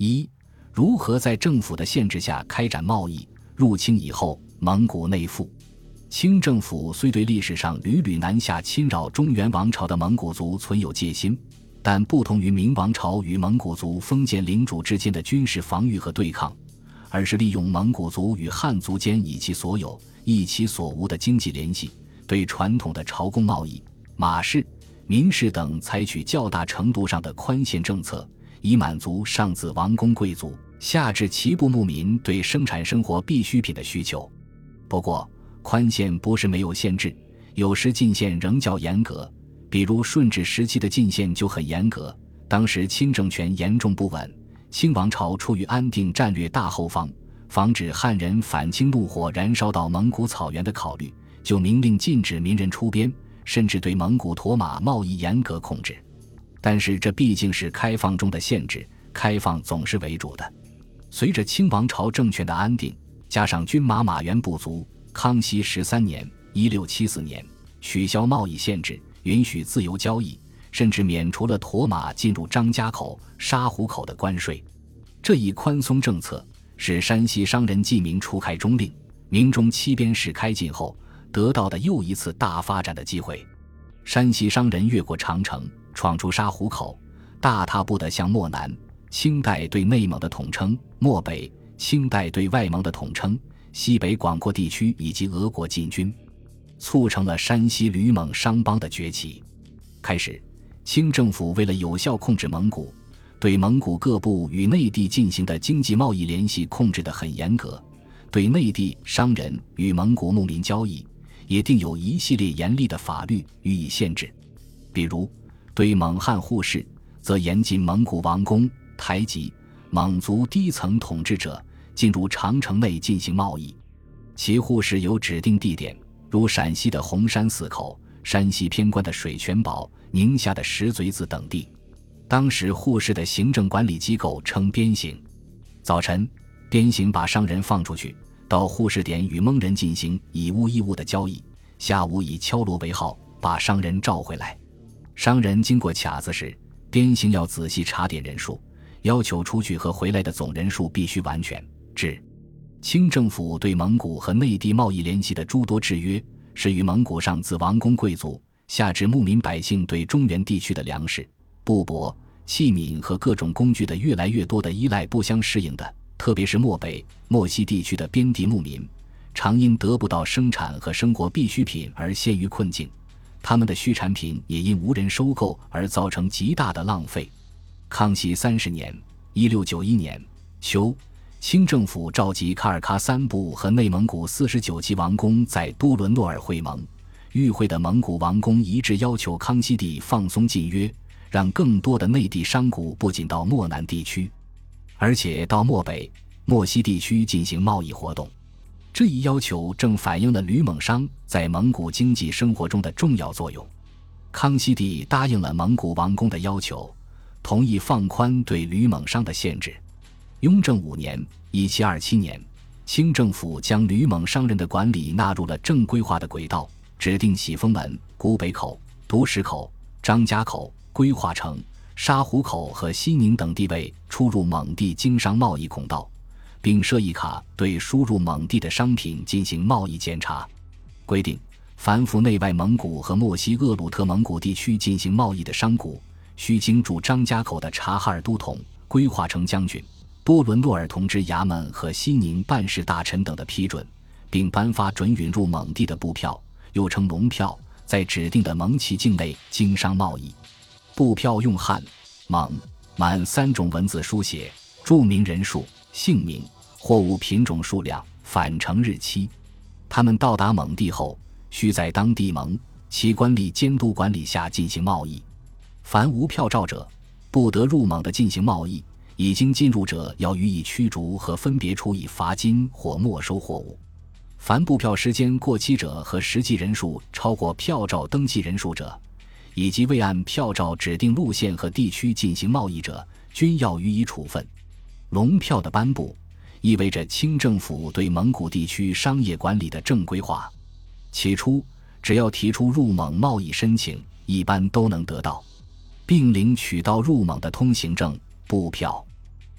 一、如何在政府的限制下开展贸易？入清以后，蒙古内附。清政府虽对历史上屡屡南下侵扰中原王朝的蒙古族存有戒心，但不同于明王朝与蒙古族封建领主之间的军事防御和对抗，而是利用蒙古族与汉族间以其所有、异其所无的经济联系，对传统的朝贡贸易、马市、民市等采取较大程度上的宽限政策，以满足上自王公贵族下至齐部牧民对生产生活必需品的需求。不过，宽限不是没有限制，有时禁限仍较严格，比如顺治时期的禁限就很严格。当时清政权严重不稳，清王朝出于安定战略大后方，防止汉人反清怒火燃烧到蒙古草原的考虑，就明令禁止民人出边，甚至对蒙古驼马贸易严格控制。但是这毕竟是开放中的限制，开放总是为主的。随着清王朝政权的安定，加上军马马援不足，康熙13年1674年取消贸易限制，允许自由交易，甚至免除了驼马进入张家口、沙湖口的关税。这一宽松政策使山西商人记名除开中令、明中七边市开禁后得到的又一次大发展的机会。山西商人越过长城，闯出沙湖口，大踏步地向漠南，清代对内蒙的统称，漠北，清代对外蒙的统称，西北广阔地区以及俄国进军，促成了山西吕蒙商帮的崛起。开始，清政府为了有效控制蒙古，对蒙古各部与内地进行的经济贸易联系控制得很严格，对内地商人与蒙古牧民交易也定有一系列严厉的法律予以限制。比如对蒙汉互市，则严禁蒙古王公、台籍、蒙族低层统治者进入长城内进行贸易，其互市有指定地点，如陕西的红山寺口、山西偏关的水泉堡、宁夏的石嘴子等地。当时互市的行政管理机构称边刑。早晨，边刑把商人放出去，到互市点与蒙人进行以物易物的交易，下午以敲锣为号把商人召回来。商人经过卡子时，边刑要仔细查点人数，要求出去和回来的总人数必须完全制。清政府对蒙古和内地贸易联系的诸多制约，是与蒙古上自王公贵族下至牧民百姓对中原地区的粮食、布帛、器皿和各种工具的越来越多的依赖不相适应的。特别是漠北、漠西地区的边地牧民，常因得不到生产和生活必需品而陷于困境，他们的畜产品也因无人收购而造成极大的浪费。康熙30年1691年秋，清政府召集喀尔喀三部和内蒙古49旗王公在多伦诺尔会盟，与会的蒙古王公一致要求康熙帝放松禁约，让更多的内地商贾不仅到漠南地区，而且到漠北、漠西地区进行贸易活动。这一要求正反映了吕蒙商在蒙古经济生活中的重要作用。康熙帝答应了蒙古王公的要求，同意放宽对吕蒙商的限制。雍正5年1727年，清政府将吕蒙商人的管理纳入了正规化的轨道，指定喜峰门、古北口、独石口、张家口、归化城、沙湖口和西宁等地位出入蒙地经商贸易孔道，并设一卡对输入蒙地的商品进行贸易检查。规定凡赴内外蒙古和漠西鄂鲁特蒙古地区进行贸易的商贾，须经驻张家口的察哈尔都统、归化城将军、多伦诺尔同知衙门和西宁办事大臣等的批准，并颁发准允入蒙地的布票，又称龙票，在指定的蒙旗境内经商贸易。布票用汉、蒙、满3种文字书写，注明人数、姓名、货物品种数量、返程日期。他们到达蒙地后，需在当地蒙其官吏监督管理下进行贸易。凡无票照者，不得入蒙的进行贸易，已经进入者要予以驱逐和分别处以罚金或没收货物。凡布票时间过期者和实际人数超过票照登记人数者，以及未按票照指定路线和地区进行贸易者，均要予以处分。龙票的颁布意味着清政府对蒙古地区商业管理的正规化。起初只要提出入蒙贸易申请，一般都能得到，并领取到入蒙的通行证、布票。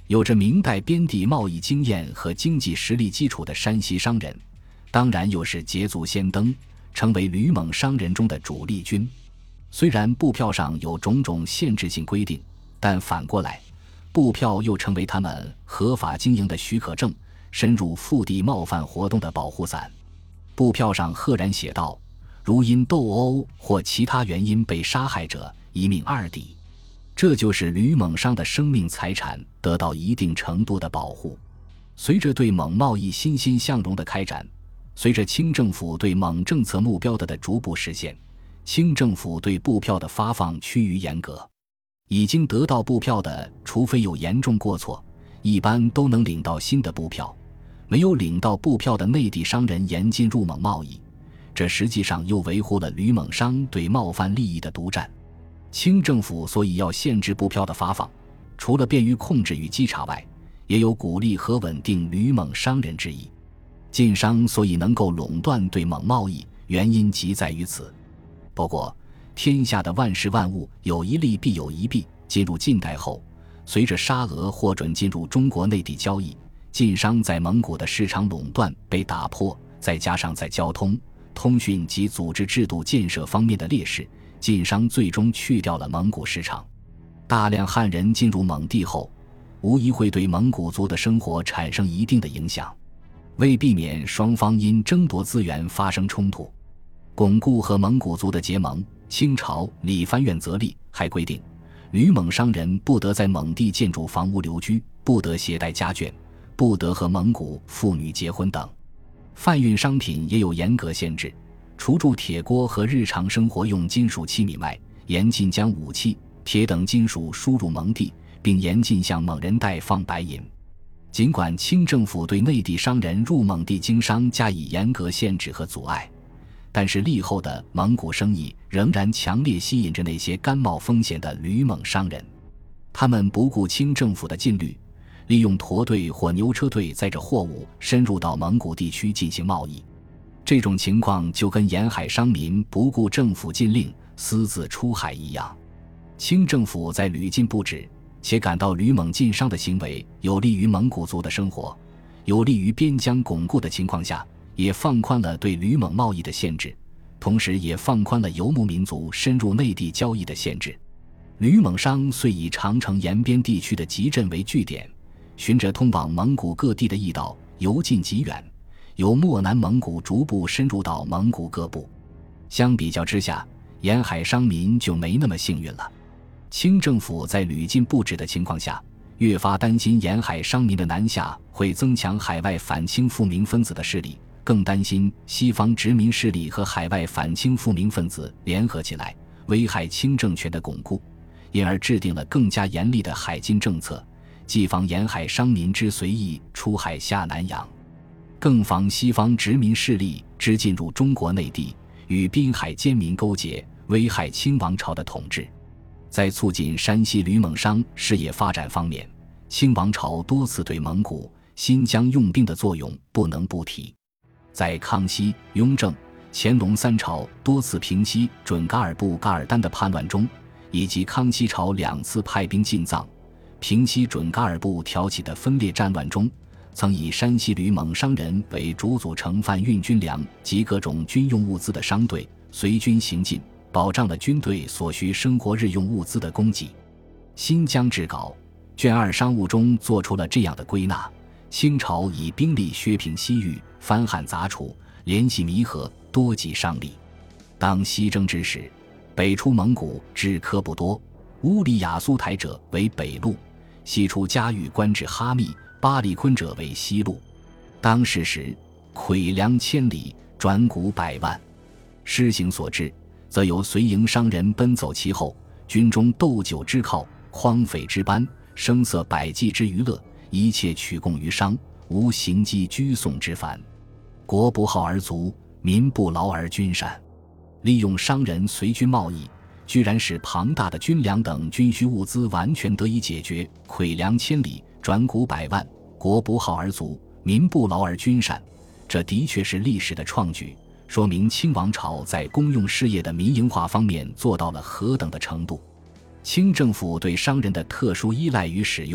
有着明代边地贸易经验和经济实力基础的山西商人，当然又是捷足先登，成为吕蒙商人中的主力军。虽然布票上有种种限制性规定，但反过来，布票又成为他们合法经营的许可证，深入腹地冒犯活动的保护伞。布票上赫然写道：如因斗殴或其他原因被杀害者，一命二抵。这就是吕蒙商的生命财产得到一定程度的保护。随着对蒙贸易欣欣向荣的开展，随着清政府对蒙政策目标的逐步实现，清政府对布票的发放趋于严格。已经得到布票的，除非有严重过错，一般都能领到新的布票。没有领到布票的内地商人严禁入蒙贸易，这实际上又维护了吕蒙商对冒犯利益的独占。清政府所以要限制布票的发放，除了便于控制与稽查外，也有鼓励和稳定吕蒙商人之意。晋商所以能够垄断对蒙贸易，原因即在于此。不过，天下的万事万物有一利必有一弊，进入近代后，随着沙俄获准进入中国内地交易，晋商在蒙古的市场垄断被打破，再加上在交通、通讯及组织制度建设方面的劣势，晋商最终去掉了蒙古市场。大量汉人进入蒙地后，无疑会对蒙古族的生活产生一定的影响。为避免双方因争夺资源发生冲突，巩固和蒙古族的结盟，清朝理藩院则例还规定，吕蒙商人不得在蒙地建筑房屋留居，不得携带家眷，不得和蒙古妇女结婚等。贩运商品也有严格限制，除铸铁锅和日常生活用金属器皿外，严禁将武器、铁等金属输入蒙地，并严禁向蒙人代放白银。尽管清政府对内地商人入蒙地经商加以严格限制和阻碍，但是立后的蒙古生意仍然强烈吸引着那些甘冒风险的吕蒙商人。他们不顾清政府的禁律，利用驼队或牛车队载着货物深入到蒙古地区进行贸易。这种情况就跟沿海商民不顾政府禁令私自出海一样。清政府在屡禁不止，且感到吕蒙晋商的行为有利于蒙古族的生活，有利于边疆巩固的情况下，也放宽了对吕蒙贸易的限制，同时也放宽了游牧民族深入内地交易的限制。吕蒙商遂以长城沿边地区的集镇为据点，循着通往蒙古各地的驿道由近及远，由漠南蒙古逐步深入到蒙古各部。相比较之下，沿海商民就没那么幸运了。清政府在屡禁不止的情况下，越发担心沿海商民的南下会增强海外反清复明分子的势力，更担心西方殖民势力和海外反清复明分子联合起来危害清政权的巩固，因而制定了更加严厉的海禁政策，既防沿海商民之随意出海下南洋，更防西方殖民势力之进入中国内地，与滨海奸民勾结，危害清王朝的统治。在促进山西吕蒙商事业发展方面，清王朝多次对蒙古、新疆用兵的作用不能不提。在康熙、雍正、乾隆三朝多次平息准噶尔部噶尔丹的叛乱中，以及康熙朝2次派兵进藏，平息准噶尔部挑起的分裂战乱中，曾以山西吕蒙商人为主组承贩运军粮及各种军用物资的商队，随军行进，保障了军队所需生活日用物资的供给。新疆志稿卷2商务中做出了这样的归纳：清朝以兵力削平西域，藩汉杂处，联系弥合，多极商力。当西征之时，北出蒙古至科布多、乌里雅苏台者为北路，西出嘉峪关至哈密、巴里坤者为西路。当世时，溃粮千里，转谷100万。施行所至，则有随营商人奔走其后，军中斗酒之靠，匡匪之班，声色百计之娱乐，一切取供于商，无行迹居送之烦。国不好而足，民不劳而军善。利用商人随军贸易，居然使庞大的军粮等军需物资完全得以解决，溃粮千里，转谷100万，国不好而足，民不劳而军善。这的确是历史的创举，说明清王朝在公用事业的民营化方面做到了何等的程度。清政府对商人的特殊依赖与使用，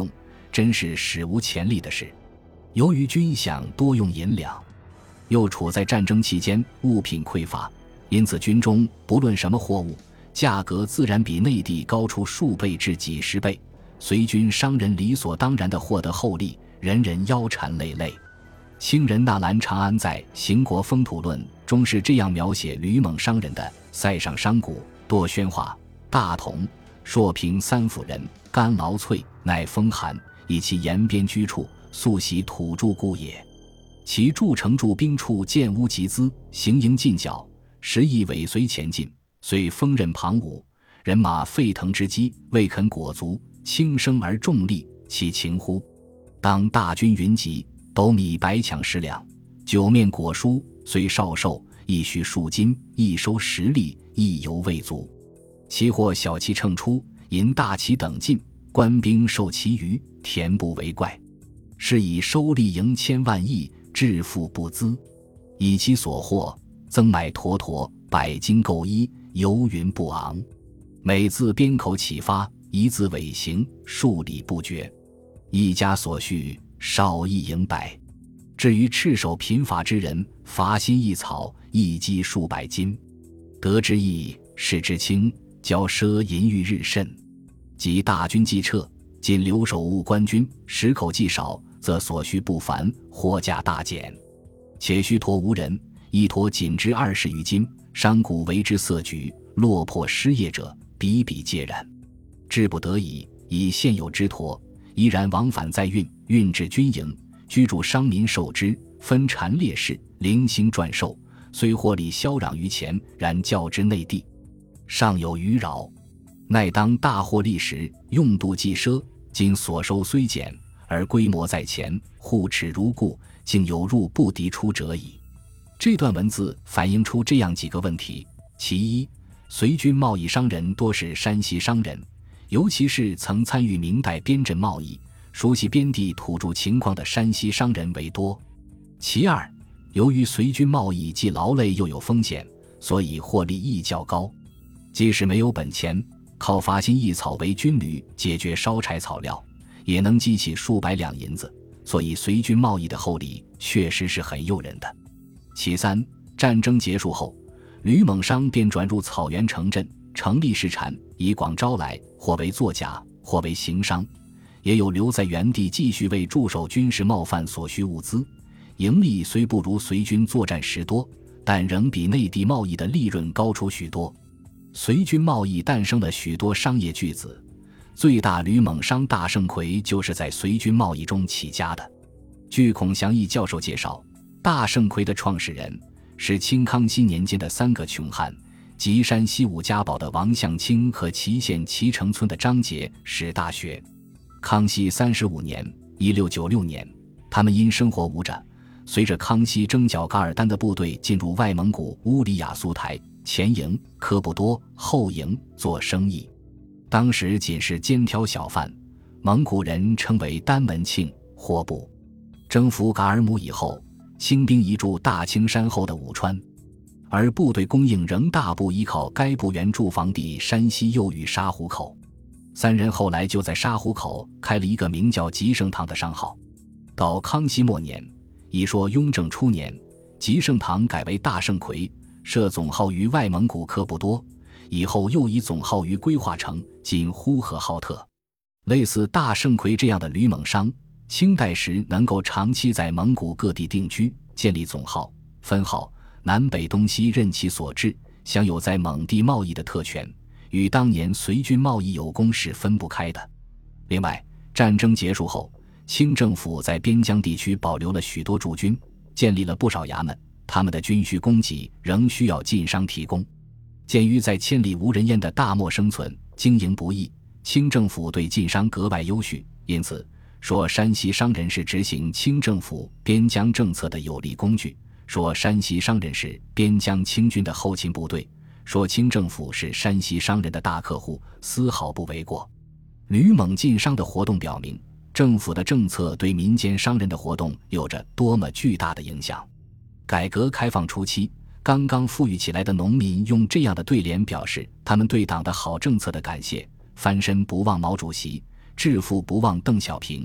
真是史无前例的事。由于军饷多用银两，又处在战争期间，物品匮乏，因此军中不论什么货物，价格自然比内地高出数倍至几十倍。随军商人理所当然地获得厚利，人人腰缠累累。清人纳兰长安在《邢国风土论》中是这样描写吕蒙商人的：塞上商贾，多宣化，大同、朔平三府人，甘劳瘁，乃风寒，以其沿边居处，素习土著故也。其筑城筑兵处，建屋集资，行营进剿，时亦尾随前进，虽锋刃旁弩，人马沸腾之机，未肯裹足，轻生而重利，其情乎？当大军云集，斗米百抢10两，酒面果蔬，虽少寿，亦需数斤，一收10粒，亦犹未足。其或小旗乘出，引大旗等进，官兵受其余，田不为怪。是以收利盈千万亿，致富不资。以其所获，增买坨坨，百金购衣，游云不昂。每自边口起发，一字尾行，数里不绝。一家所需，少一盈百。至于赤手贫乏之人，伐薪一草，一击数百斤。得之易，失之轻，骄奢淫欲日甚。及大军既撤，仅留守务官军，10口既少，则所需不凡，货价大减。且须驮无人，一驮仅值20余斤，商贾为之色沮，落魄失业者比比皆然。志不得已，以现有之驮，依然往返在运，运至军营，居住商民受之，分禅列士，零星赚售，虽获利销攘于前，然较之内地，尚有余扰。奈当大获利时，用度既奢，今所收虽减，而规模在前，护齿如故，竟有入不敌出者矣。这段文字反映出这样几个问题：其一，随军贸易商人多是山西商人，尤其是曾参与明代边镇贸易、熟悉边地土著情况的山西商人为多。其二，由于随军贸易既劳累又有风险，所以获利亦较高。即使没有本钱，靠伐薪一草为军旅解决烧柴草料，也能激起数百两银子，所以随军贸易的厚利确实是很诱人的。其三，战争结束后，吕蒙商便转入草原城镇，成立市产，以广招来，或为作甲，或为行商，也有留在原地继续为驻守军事冒犯所需物资。盈利虽不如随军作战时多，但仍比内地贸易的利润高出许多。随军贸易诞生了许多商业巨子，最大吕蒙商大盛魁就是在随军贸易中起家的。据孔祥义教授介绍，大盛魁的创始人是清康熙年间的3个穷汉，即山西武家堡的王相清和祁县祁城村的张杰是大学。康熙35年1696年，他们因生活无着，随着康熙征剿噶尔丹的部队进入外蒙古乌里雅苏台，前营、科布多，后营做生意。当时仅是肩挑小贩，蒙古人称为丹文庆、霍布。征服噶尔姆以后，清兵移驻大青山后的武川，而部队供应仍大部依靠该部原驻防地山西右隅沙湖口。3人后来就在沙湖口开了一个名叫吉盛堂的商号。到康熙末年，一说雍正初年，吉盛堂改为大盛魁，设总号于外蒙古科布多，以后又以总号于归化城，今呼和浩特。类似大盛魁这样的吕蒙商，清代时能够长期在蒙古各地定居，建立总号、分号，南北东西任其所治，享有在蒙地贸易的特权，与当年随军贸易有功是分不开的。另外，战争结束后，清政府在边疆地区保留了许多驻军，建立了不少衙门，他们的军需供给仍需要晋商提供。鉴于在千里无人烟的大漠生存，经营不易，清政府对晋商格外优恤，因此说山西商人是执行清政府边疆政策的有力工具，说山西商人是边疆清军的后勤部队，说清政府是山西商人的大客户，丝毫不为过。吕蒙晋商的活动表明，政府的政策对民间商人的活动有着多么巨大的影响。改革开放初期，刚刚富裕起来的农民用这样的对联表示他们对党的好政策的感谢：翻身不忘毛主席，致富不忘邓小平，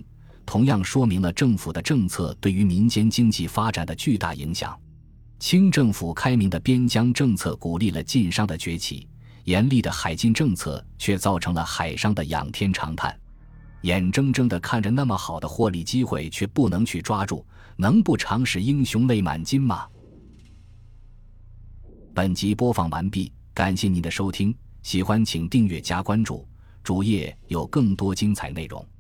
同样说明了政府的政策对于民间经济发展的巨大影响。清政府开明的边疆政策鼓励了晋商的崛起，严厉的海禁政策却造成了海商的仰天长叹。眼睁睁地看着那么好的获利机会却不能去抓住，能不常使英雄泪满襟吗？本集播放完毕，感谢您的收听，喜欢请订阅加关注，主页有更多精彩内容。